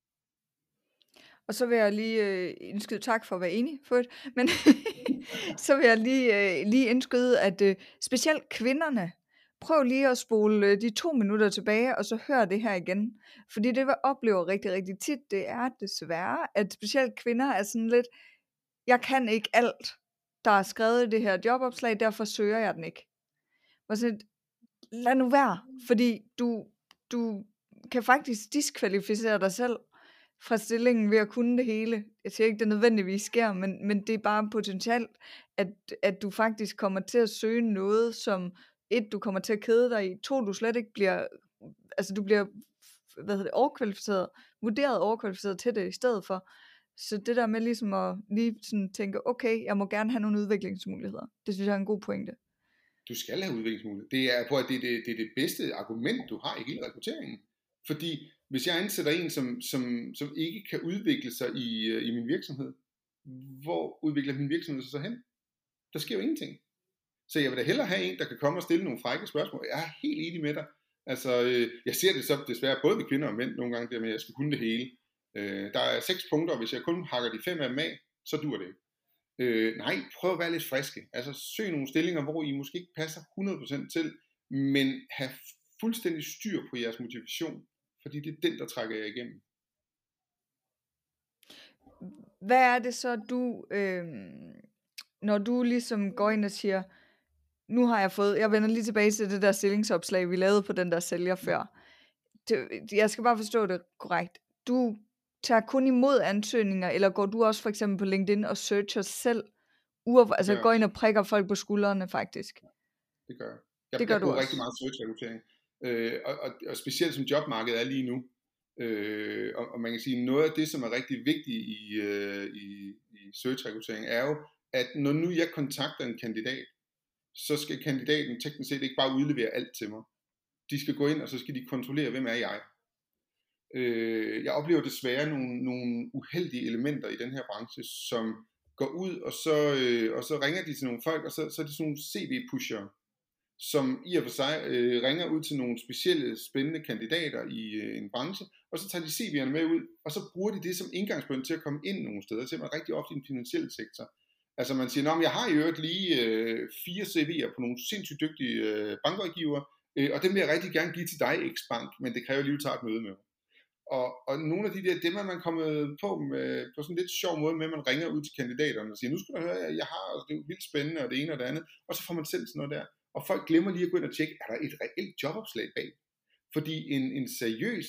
Og så vil jeg lige øh, indskyde tak for at være enig for det, men så vil jeg lige, øh, lige indskyde, at øh, specielt kvinderne, prøv lige at spole øh, de to minutter tilbage, og så hør det her igen. Fordi det, vi oplever rigtig, rigtig tit, det er desværre, at specielt kvinder er sådan lidt, jeg kan ikke alt, der er skrevet i det her jobopslag, derfor søger jeg den ikke. Og så lad nu være, fordi du, du kan faktisk diskvalificere dig selv fra stillingen ved at kunne det hele. Jeg siger ikke, det nødvendigvis sker, men, men det er bare potentielt, at, at du faktisk kommer til at søge noget, som et, du kommer til at kede dig i, to, du slet ikke bliver, altså du bliver, hvad hedder det, overkvalificeret, vurderet overkvalificeret til det i stedet for. Så det der med ligesom at lige sådan tænke, okay, jeg må gerne have nogle udviklingsmuligheder. Det synes jeg er en god pointe. Du skal have udviklingsmuligheder. Det er, på, at det, er det, det er det bedste argument, du har i hele rekrutteringen. Fordi hvis jeg ansætter en, som, som, som ikke kan udvikle sig i, i min virksomhed, hvor udvikler min virksomhed sig så hen? Der sker jo ingenting. Så jeg vil da hellere have en, der kan komme og stille nogle frække spørgsmål. Jeg er helt enig med dig. Altså, jeg ser det så desværre både ved kvinder og mænd nogle gange, der med, at jeg skal kunne det hele. Der er seks punkter, og hvis jeg kun hakker de fem af dem af, så dur det ikke. Øh, nej, prøv at være lidt friske. Altså søg nogle stillinger, hvor I måske ikke passer hundrede procent til, men have fuldstændig styr på jeres motivation, fordi det er den, der trækker jer igennem. Hvad er det så, du, øh, når du ligesom går ind og siger, nu har jeg fået, jeg vender lige tilbage til det der stillingsopslag, vi lavede på den der sælger før. Det, jeg skal bare forstå det korrekt. Du tager kun imod ansøgninger, eller går du også for eksempel på LinkedIn og searcher selv, ur, altså går ind og prikker folk på skuldrene faktisk? Det gør jeg. Jeg, det gør jeg du bruger også. rigtig meget search-rekruttering, øh, og, og, og specielt som jobmarkedet er lige nu. Øh, og, og man kan sige, noget af det, som er rigtig vigtigt i, øh, i, i search-rekruttering, er jo, at når nu jeg kontakter en kandidat, så skal kandidaten teknisk set ikke bare udlevere alt til mig. De skal gå ind, og så skal de kontrollere, hvem er jeg. Øh, jeg oplever desværre nogle, nogle uheldige elementer i den her branche, som går ud, og så, øh, og så ringer de til nogle folk, og så, så er det sådan nogle C V-pushere, som i og for sig øh, ringer ud til nogle specielle spændende kandidater i øh, en branche, og så tager de C V'erne med ud, og så bruger de det som indgangspunkt til at komme ind nogle steder, simpelthen rigtig ofte i den finansielle sektor. Altså man siger, at jeg har i øvrigt lige øh, fire C V'er på nogle sindssygt dygtige øh, bankrådgivere, øh, og dem vil jeg rigtig gerne give til dig, X-Bank, men det kræver lige, at du tager et møde med mig. Og, og nogle af de der, dem er man kommet på med, på sådan en lidt sjov måde med, at man ringer ud til kandidaterne og siger, nu skal du høre, jeg har, altså, det er jo vildt spændende, og det ene og det andet, og så får man selv sådan noget der. Og folk glemmer lige at gå ind og tjekke, er der et reelt jobopslag bag? Fordi en, en seriøs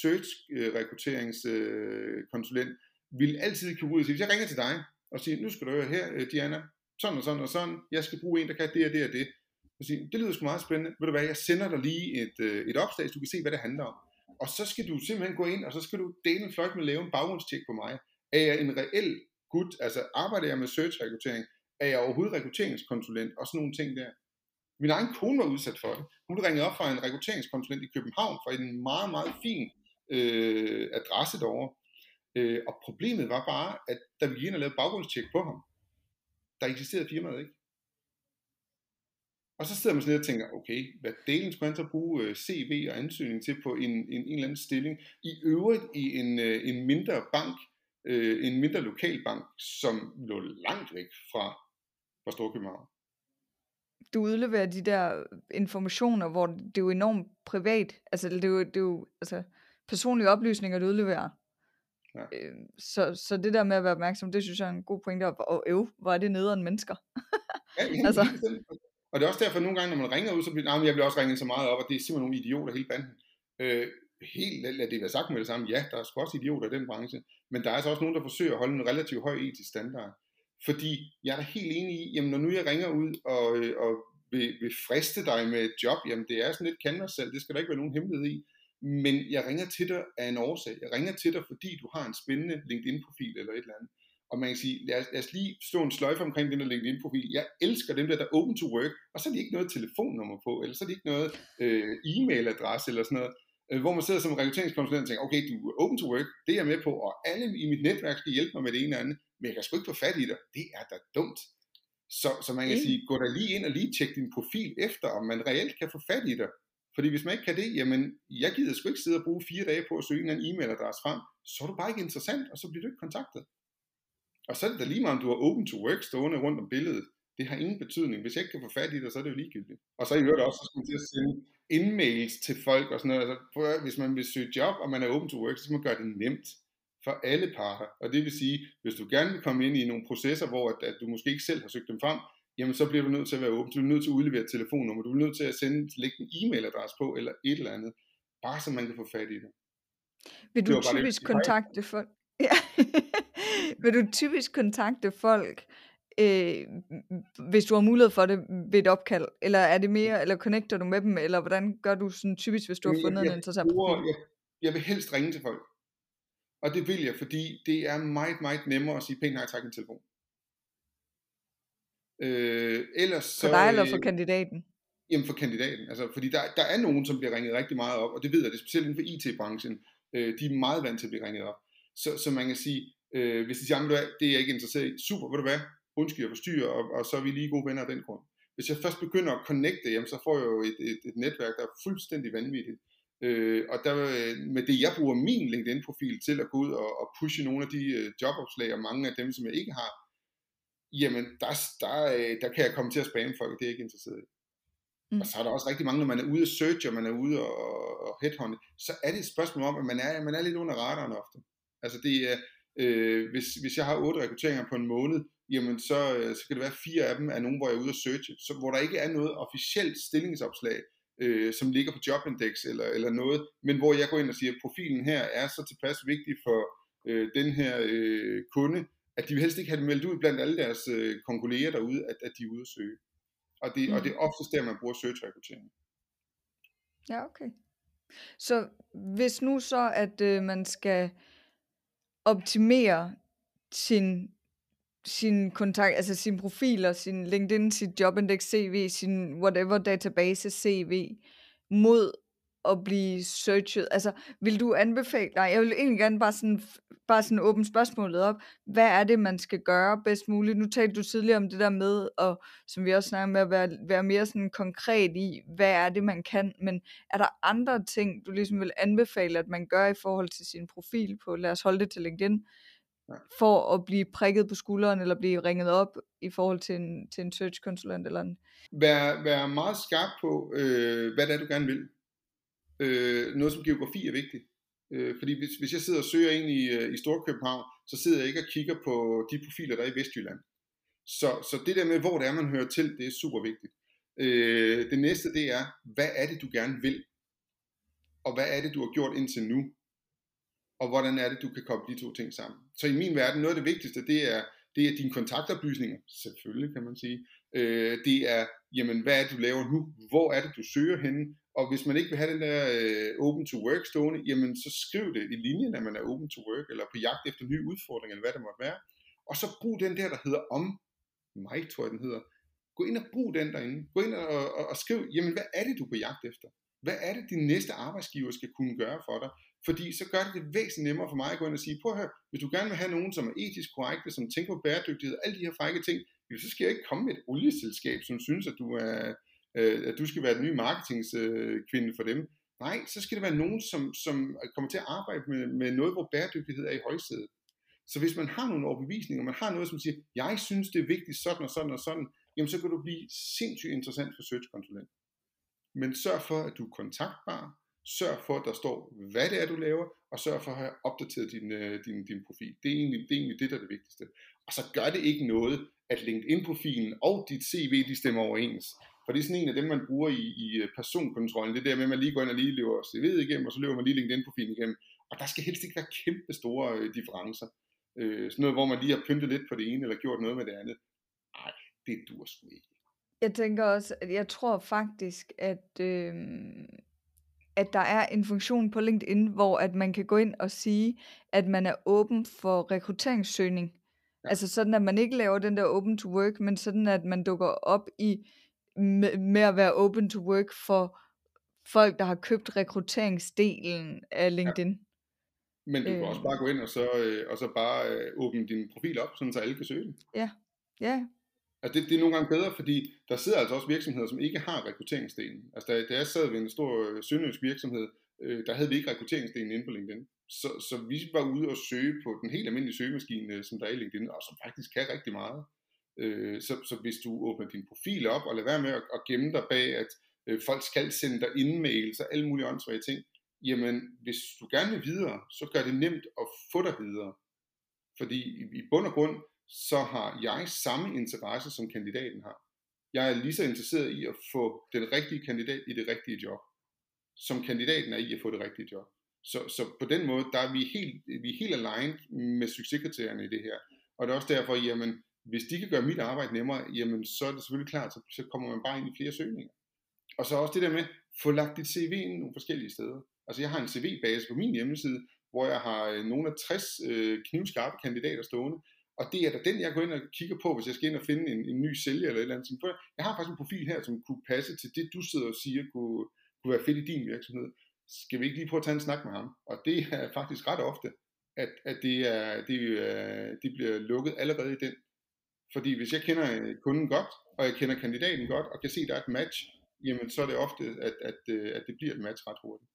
search-rekrutteringskonsulent øh, vil altid kunne ud og sige, hvis jeg ringer til dig og siger, nu skal du høre her, Diana, sådan og sådan og sådan, jeg skal bruge en, der kan det og det og det. Og sige, det lyder sgu meget spændende, ved du hvad, jeg sender dig lige et, øh, et opslag, så du kan se, hvad det handler om. Og så skal du simpelthen gå ind, og så skal du dele en fløjt med at lave en baggrundstjek på mig. Er jeg en reel gut, altså arbejder jeg med search-rekruttering, er jeg overhovedet rekrutteringskonsulent, og sådan nogle ting der. Min egen kone var udsat for det. Hun ringede op fra en rekrutteringskonsulent i København, fra en meget, meget fin øh, adresse derovre. Øh, og problemet var bare, at da vi gik ind og lavede baggrundstjek på ham, der eksisterede firmaet ikke. Og så sidder man sådan lidt og tænker, okay, hvad delen skulle han så bruge C V og ansøgning til på en, en, en eller anden stilling? I øvrigt i en, en mindre bank, en mindre lokal bank, som lå langt væk fra, fra Storkøbenhavn. du udleverer de der informationer, hvor det er jo enormt privat. Altså, det er jo, det er jo altså, personlige oplysninger, du udleverer. Ja. Øh, så, så det der med at være opmærksom, det synes jeg er en god pointe. Og, og øv, hvor er det nederen mennesker. Ja, helt, altså. helt bestemt. Og det er også derfor, at nogle gange, når man ringer ud, så bliver nej, men jeg bliver også ringet så meget op, og det er simpelthen nogle idioter hele banden. Øh, helt lad, lad det være sagt med det samme. Ja, der er sgu også idioter i den branche, men der er altså også nogen, der forsøger at holde en relativt høj etisk standard. Fordi jeg er da helt enig i, jamen når nu jeg ringer ud og, og vil, vil friste dig med et job, jamen det er sådan lidt canvas selv, det skal der ikke være nogen hemmelighed i. Men jeg ringer til dig af en årsag. Jeg ringer til dig, fordi du har en spændende LinkedIn-profil eller et eller andet. Og man kan sige, lad os, lad os lige slå en sløjfe omkring den der LinkedIn-profil. Jeg elsker dem der, der er open to work, og så er de ikke noget telefonnummer på, eller så er de ikke noget øh, e-mailadresse eller sådan noget, øh, hvor man sidder som rekrutteringskonsulent og tænker, okay, du er open to work, det er jeg med på, og alle i mit netværk skal hjælpe mig med det ene eller andet, men jeg kan sgu ikke få fat i dig. Det er da dumt. Så, så man kan sige, gå da lige ind og lige tjek din profil efter, om man reelt kan få fat i dig. Fordi hvis man ikke kan det, jamen, jeg gider sgu ikke sidde og bruge fire dage på at søge en anden e-mailadresse frem, så er du bare ikke interessant, og så bliver du ikke kontaktet. Og så er det da lige meget, om du har open to work stående rundt om billedet. Det har ingen betydning. Hvis jeg ikke kan få fat i dig, så er det jo ligegyldigt. Og så i øvrigt også, så skal man til at sende in-mails til folk og sådan noget. Altså, hvis man vil søge job, og man er open to work, så skal man gøre det nemt for alle parter. Og det vil sige, hvis du gerne vil komme ind i nogle processer, hvor at, at du måske ikke selv har søgt dem frem, jamen så bliver du nødt til at være åben. Du er nødt til at udlevere et telefonnummer. Du er nødt til at sende, lægge en e-mailadresse på, eller et eller andet. Bare så man kan få fat i det. Vil du typisk kontakte folk? Ja. Vil du typisk kontakte folk, øh, hvis du har mulighed for det ved et opkald? Eller er det mere, eller connecter du med dem? Eller hvordan gør du sådan typisk, hvis du har fundet jeg, en interessant profil? Jeg, jeg vil helst ringe til folk. Og det vil jeg, fordi det er meget, meget nemmere at sige pænt nej tak i en telefon. Øh, ellers så, for dig eller for kandidaten? Jamen for kandidaten. Altså, fordi der, der er nogen, som bliver ringet rigtig meget op, og det ved jeg, det er specielt inden for I T-branchen. Øh, de er meget vant til at blive ringet op. Så, så man kan sige, øh, hvis de siger, det er jeg ikke interesseret i, super, ved du hvad, undskyld at forstyrre, og, og så er vi lige gode venner af den grund. Hvis jeg først begynder at connecte, jamen, så får jeg jo et, et, et netværk, der er fuldstændig vanvittigt. Øh, og der, med det, jeg bruger min LinkedIn-profil til at gå ud og, og pushe nogle af de uh, jobopslag, og mange af dem, som jeg ikke har, jamen, der, der, der kan jeg komme til at spamme folk, det er jeg ikke interesseret i. Mm. Og så er der også rigtig mange, når man er ude og search, og man er ude og, og headhunte, så er det et spørgsmål om, at man er, man er lidt under radaren ofte. Altså det er, øh, hvis, hvis jeg har otte rekrutteringer på en måned, jamen så, så kan det være fire af dem er nogen, hvor jeg er ude og searche, så, hvor der ikke er noget officielt stillingsopslag, øh, som ligger på Jobindex eller, eller noget, men hvor jeg går ind og siger, at profilen her er så tilpas vigtig for øh, den her øh, kunde, at de vil helst ikke have det meldt ud blandt alle deres øh, konkurrerer derude, at, at de er ude at søge. Og det, mm. og det er oftest der, man bruger search-rekruttering. Ja, okay. Så hvis nu så, at øh, man skal optimere sin, sin kontakt, altså sin profiler, sin LinkedIn, sit Jobindex C V, sin whatever database C V, mod at blive searchet, altså vil du anbefale, nej, jeg vil egentlig gerne bare sådan, bare sådan åbne spørgsmålet op, hvad er det, man skal gøre bedst muligt? Nu talte du tidligere om det der med, og som vi også snakker med, at være, være mere sådan konkret i, hvad er det, man kan, men er der andre ting, du ligesom vil anbefale, at man gør i forhold til sin profil på, lad os holde det til LinkedIn, for at blive prikket på skulderen, eller blive ringet op i forhold til en, til en search-konsulent eller en? Vær, vær meget skarp på, øh, hvad det er, du gerne vil. Øh, noget som geografi er vigtigt. Øh, fordi hvis, hvis jeg sidder og søger ind i, i Storkøbenhavn, så sidder jeg ikke og kigger på de profiler, der er i Vestjylland. Så, så det der med, hvor det er, man hører til, det er super vigtigt. Øh, det næste, det er, hvad er det, du gerne vil? Og hvad er det, du har gjort indtil nu? Og hvordan er det, du kan koble de to ting sammen? Så i min verden, noget af det vigtigste, det er, det er dine kontaktoplysninger. Selvfølgelig, kan man sige. Øh, det er, jamen, hvad er det, du laver nu? Hvor er det, du søger henne? Og hvis man ikke vil have den der øh, open to work stående, jamen så skriv det i linjen, at man er open to work, eller på jagt efter nye udfordringer, eller hvad det måtte være. Og så brug den der, der hedder om mig, tror jeg den hedder. Gå ind og brug den derinde. Gå ind og, og, og skriv, jamen hvad er det, du er på jagt efter? Hvad er det, din næste arbejdsgiver skal kunne gøre for dig? Fordi så gør det det væsentligt nemmere for mig at gå ind og sige, prøv at høre, hvis du gerne vil have nogen, som er etisk korrekte, som tænker på bæredygtighed, alle de her frække ting, så skal jeg ikke komme med et olieselskab, som synes, at du er... at du skal være den nye marketingskvinde for dem. Nej, så skal det være nogen, som, som kommer til at arbejde med, med noget, hvor bæredygtighed er i højsædet. Så hvis man har nogle overbevisninger, man har noget, som siger, jeg synes, det er vigtigt sådan og sådan og sådan, jamen så kan du blive sindssygt interessant for search-konsulent. Men sørg for, at du er kontaktbar, sørg for, at der står, hvad det er, du laver, og sørg for at have opdateret din, din, din profil. Det er, egentlig, det er egentlig det, der er det vigtigste. Og så gør det ikke noget, at LinkedIn-profilen og dit C V, de stemmer overens. For det er sådan en af dem, man bruger i, i personkontrollen. Det der med, at man lige går ind og lige løber C V'et igennem, og så løber man lige LinkedIn-profilen igennem. Og der skal helst ikke være kæmpe store øh, differencer. Øh, sådan noget, hvor man lige har pyntet lidt på det ene, eller gjort noget med det andet. Nej, det dur sgu ikke. Jeg tænker også, at jeg tror faktisk, at, øh, at der er en funktion på LinkedIn, hvor at man kan gå ind og sige, at man er åben for rekrutteringssøgning. Ja. Altså sådan, at man ikke laver den der open to work, men sådan, at man dukker op i med, med at være open to work for folk, der har købt rekrutteringsdelen af LinkedIn. Ja. Men du kan øh, også bare gå ind og så, øh, og så bare øh, åbne din profil op, sådan så alle kan søge den. Ja, ja. Altså det, det er nogle gange bedre, fordi der sidder altså også virksomheder, som ikke har rekrutteringsdelen. Altså da, da jeg sad ved en stor øh, sønderjysk virksomhed, øh, der havde vi ikke rekrutteringsdelen inde på LinkedIn. Så, så vi var ude og søge på den helt almindelige søgemaskine, som der er i LinkedIn, og som faktisk kan rigtig meget. Øh, så, så hvis du åbner din profil op, og lader være med at, at gemme dig bag, at øh, folk skal sende dig e-mails og alle mulige åndssvage ting, jamen hvis du gerne vil videre, så gør det nemt at få dig videre. Fordi i, i bund og grund, så har jeg samme interesse, som kandidaten har. Jeg er lige så interesseret i at få den rigtige kandidat i det rigtige job, som kandidaten er i at få det rigtige job. Så, så på den måde, der er vi helt, vi er helt aligned med succeskriterierne i det her. Og det er også derfor, jamen, hvis de kan gøre mit arbejde nemmere, jamen, så er det selvfølgelig klart, så, så kommer man bare ind i flere søgninger. Og så også det der med, få lagt dit C V ind nogle forskellige steder. Altså jeg har en C V-base på min hjemmeside, hvor jeg har nogle af tres øh, knivskarpe kandidater stående. Og det er da den, jeg går ind og kigger på, hvis jeg skal ind og finde en, en ny sælger eller et eller andet. Jeg har faktisk en profil her, som kunne passe til det, du sidder og siger, kunne, kunne være fedt i din virksomhed. Skal vi ikke lige prøve at tage en snak med ham? Og det er faktisk ret ofte, at, at det, er, det, er, det bliver lukket allerede i den. Fordi hvis jeg kender kunden godt, og jeg kender kandidaten godt, og kan se, at der er et match, jamen så er det ofte, at, at, at det bliver et match ret hurtigt.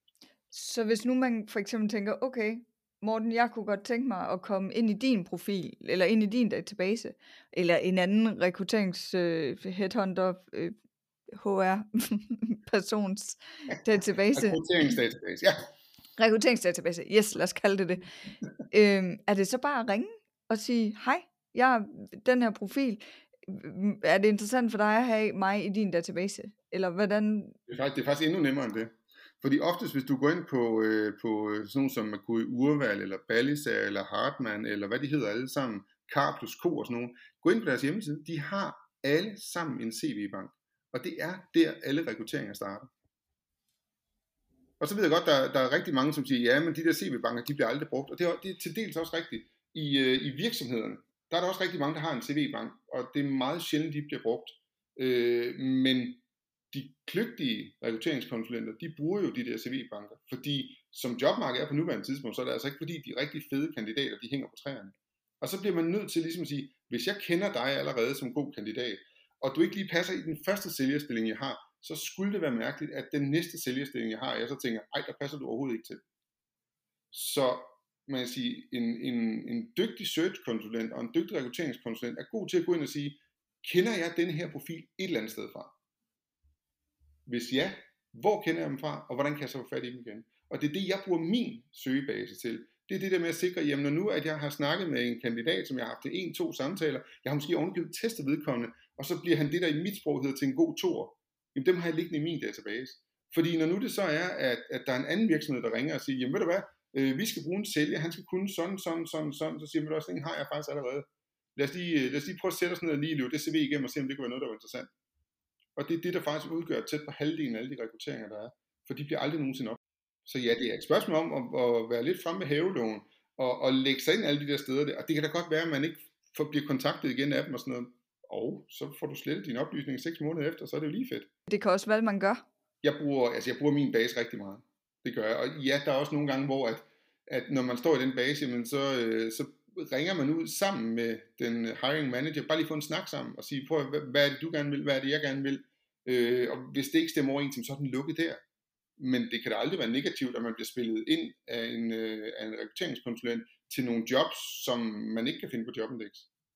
Så hvis nu man for eksempel tænker, okay, Morten, jeg kunne godt tænke mig at komme ind i din profil, eller ind i din database, eller en anden rekrutterings uh, headhunter uh, H R-persons database. Rekrutteringsdatabase, ja. Rekrutteringsdatabase, yes, lad os kalde det det. øhm, er det så bare at ringe og sige, hej, jeg har den her profil, er det interessant for dig at have mig i din database? Eller hvordan? Det er faktisk, det er faktisk endnu nemmere end det. Fordi oftest, hvis du går ind på, øh, på sådan nogle som McCoy Urval, eller Balliser, eller Hartmann, eller hvad de hedder alle sammen, Car plus Co og sådan nogle, gå ind på deres hjemmeside, de har alle sammen en C V-bank. Og det er der, alle rekrutteringer starter. Og så ved jeg godt, der, der er rigtig mange, som siger, ja, men de der C V-banker, de bliver aldrig brugt. Og det er, det er til dels også rigtigt. I, øh, I virksomhederne, der er der også rigtig mange, der har en C V-bank, og det er meget sjældent, de bliver brugt. Øh, men de kløgtige rekrutteringskonsulenter, de bruger jo de der C V-banker, fordi som jobmarkedet er på nuværende tidspunkt, så er det altså ikke fordi, de rigtig fede kandidater, de hænger på træerne. Og så bliver man nødt til ligesom at sige, hvis jeg kender dig allerede som god kandidat, og du ikke lige passer i den første sælgerstilling, jeg har, så skulle det være mærkeligt, at den næste sælgerstilling, jeg har, jeg så tænker, ej, der passer du overhovedet ikke til. Så man kan sige, en, en, en dygtig search-konsulent og en dygtig rekrutteringskonsulent er god til at gå ind og sige, kender jeg denne her profil et eller andet sted fra? Hvis ja, hvor kender jeg dem fra, og hvordan kan jeg så få fat i dem igen? Og det er det, jeg bruger min søgebase til. Det er det der med at sikre, jamen når nu, at jeg har snakket med en kandidat, som jeg har haft til en, to samtaler, jeg har måske ovenikøbet testet vedkommende, og så bliver han det, der i mit sprog hedder til en god toer. Jamen dem har jeg liggende i min database. Fordi når nu det så er, at, at der er en anden virksomhed, der ringer og siger, jamen ved du hvad, øh, vi skal bruge en sælger, han skal kunne sådan, sådan, sådan, sådan, så siger man også, den har jeg faktisk allerede. Lad os lige, lad os lige prøve at sætte os ned og lige løbe det C V igennem og se, om det kan være noget, der var interessant. Og det er det, der faktisk udgør tæt på halvdelen af alle de rekrutteringer, der er. For de bliver aldrig nogensinde op. Så ja, det er et spørgsmål om at, at være lidt fremme med havelågen, og, og lægge sig ind alle de der steder der. Og det kan da godt være, at man ikke får, bliver kontaktet igen af dem og sådan noget. Og så får du slettet dine oplysninger seks måneder efter, så er det jo lige fedt. Det kan også være, hvad man gør. Jeg bruger, altså jeg bruger min base rigtig meget. Det gør jeg. Og ja, der er også nogle gange, hvor at, at når man står i den base, jamen så, øh, så ringer man ud sammen med den hiring manager, bare lige få en snak sammen, og sige, prøv, hvad, hvad er det du gerne vil, hvad er det jeg gerne vil, øh, og hvis det ikke stemmer overens, så er den lukket der. Men det kan da aldrig være negativt, at man bliver spillet ind af en, øh, af en rekrutteringskonsulent til nogle jobs, som man ikke kan finde på Jobindex.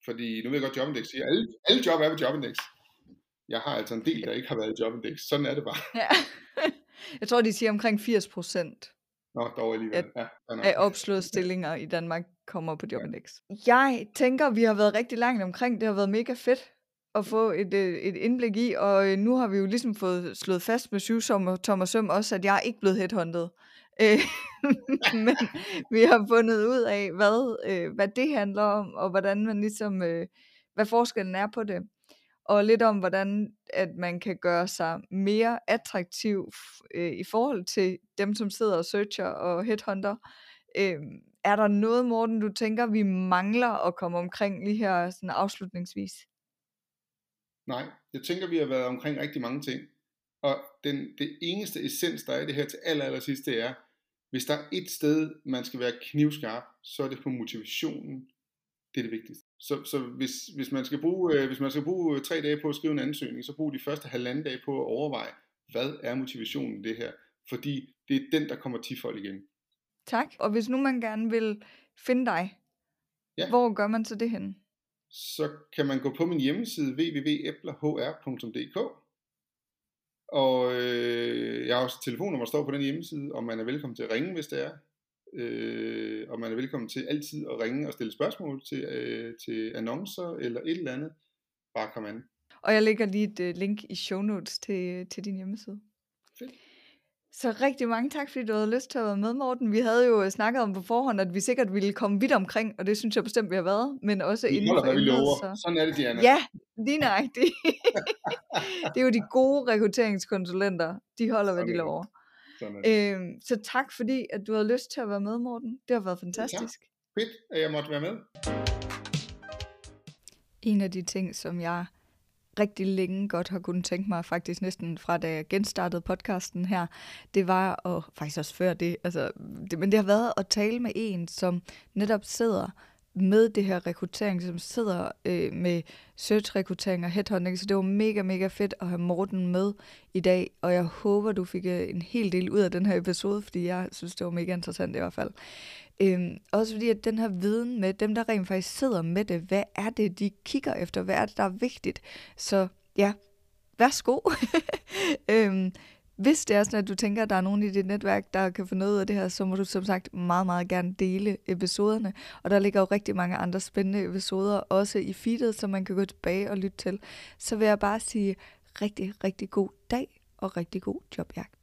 Fordi nu ved jeg godt, Jobindex siger, alle, alle job er på Jobindex. Jeg har altså en del, der ikke har været i Jobindex. Sådan er det bare. Ja. Jeg tror, de siger omkring firs procent Nå, dog alligevel. Ja, af opslåede stillinger i Danmark kommer på Jobindex. Jeg tænker, vi har været rigtig langt omkring. Det har været mega fedt at få et, et indblik i, og nu har vi jo ligesom fået slået fast med syvsom og Tom og Søm også, at jeg er ikke blevet headhunted. Men vi har fundet ud af, hvad, hvad det handler om, og hvordan man ligesom, hvad forskellen er på det. Og lidt om, hvordan at man kan gøre sig mere attraktiv øh, i forhold til dem, som sidder og searcher og headhunter. Øh, er der noget, Morten, du tænker, vi mangler at komme omkring lige her sådan afslutningsvis? Nej, jeg tænker, vi har været omkring rigtig mange ting. Og den, det eneste essens, der er i det her til aller, aller sidst, det er, hvis der er et sted, man skal være knivskarp, så er det på motivationen. Det er det vigtigste. Så, så hvis, hvis, man skal bruge, øh, hvis man skal bruge tre dage på at skrive en ansøgning, så brug de første halvanden dage på at overveje, hvad er motivationen i det her? Fordi det er den, der kommer tifold igen. Tak. Og hvis nu man gerne vil finde dig, ja. Hvor gør man så det hen? Så kan man gå på min hjemmeside w w w punktum epler h r punktum d k. Og øh, jeg har også et telefonnummer, der står på den hjemmeside, og man er velkommen til at ringe, hvis det er. Øh, og man er velkommen til altid at ringe og stille spørgsmål til, øh, til annoncer eller et eller andet. Bare kom an. Og jeg lægger lige et uh, link i show notes til, til din hjemmeside. Fedt. Så rigtig mange tak, fordi du havde lyst til at være med, Morten. Vi havde jo snakket om på forhånd, at vi sikkert ville komme vidt omkring, og det synes jeg bestemt, vi har været, men også vi inden holder, for hvad vi lover. Så... Sådan er det, Diana. Ja, lige nøjagtigt. Det er jo de gode rekrutteringskonsulenter. De holder, hvad de lover. Øhm, så tak, fordi at du havde lyst til at være med, Morten. Det har været fantastisk. Ja, fedt, at jeg måtte være med. En af de ting, som jeg rigtig længe godt har kunnet tænke mig, faktisk næsten fra da jeg genstartede podcasten her, det var, og faktisk også før det, altså, det, men det har været at tale med en, som netop sidder med det her rekruttering, som sidder øh, med search-rekruttering og headhunting, så det var mega, mega fedt at have Morten med i dag, og jeg håber, du fik en hel del ud af den her episode, fordi jeg synes, det var mega interessant i hvert fald. Øhm, også fordi, at den her viden med dem, der rent faktisk sidder med det, hvad er det, de kigger efter, hvad er det, der er vigtigt, så ja, værsgo. øhm, Hvis det er sådan, at du tænker, at der er nogen i dit netværk, der kan få noget af det her, så må du som sagt meget, meget gerne dele episoderne. Og der ligger jo rigtig mange andre spændende episoder, også i feedet, som man kan gå tilbage og lytte til. Så vil jeg bare sige rigtig, rigtig god dag og rigtig god jobjagt.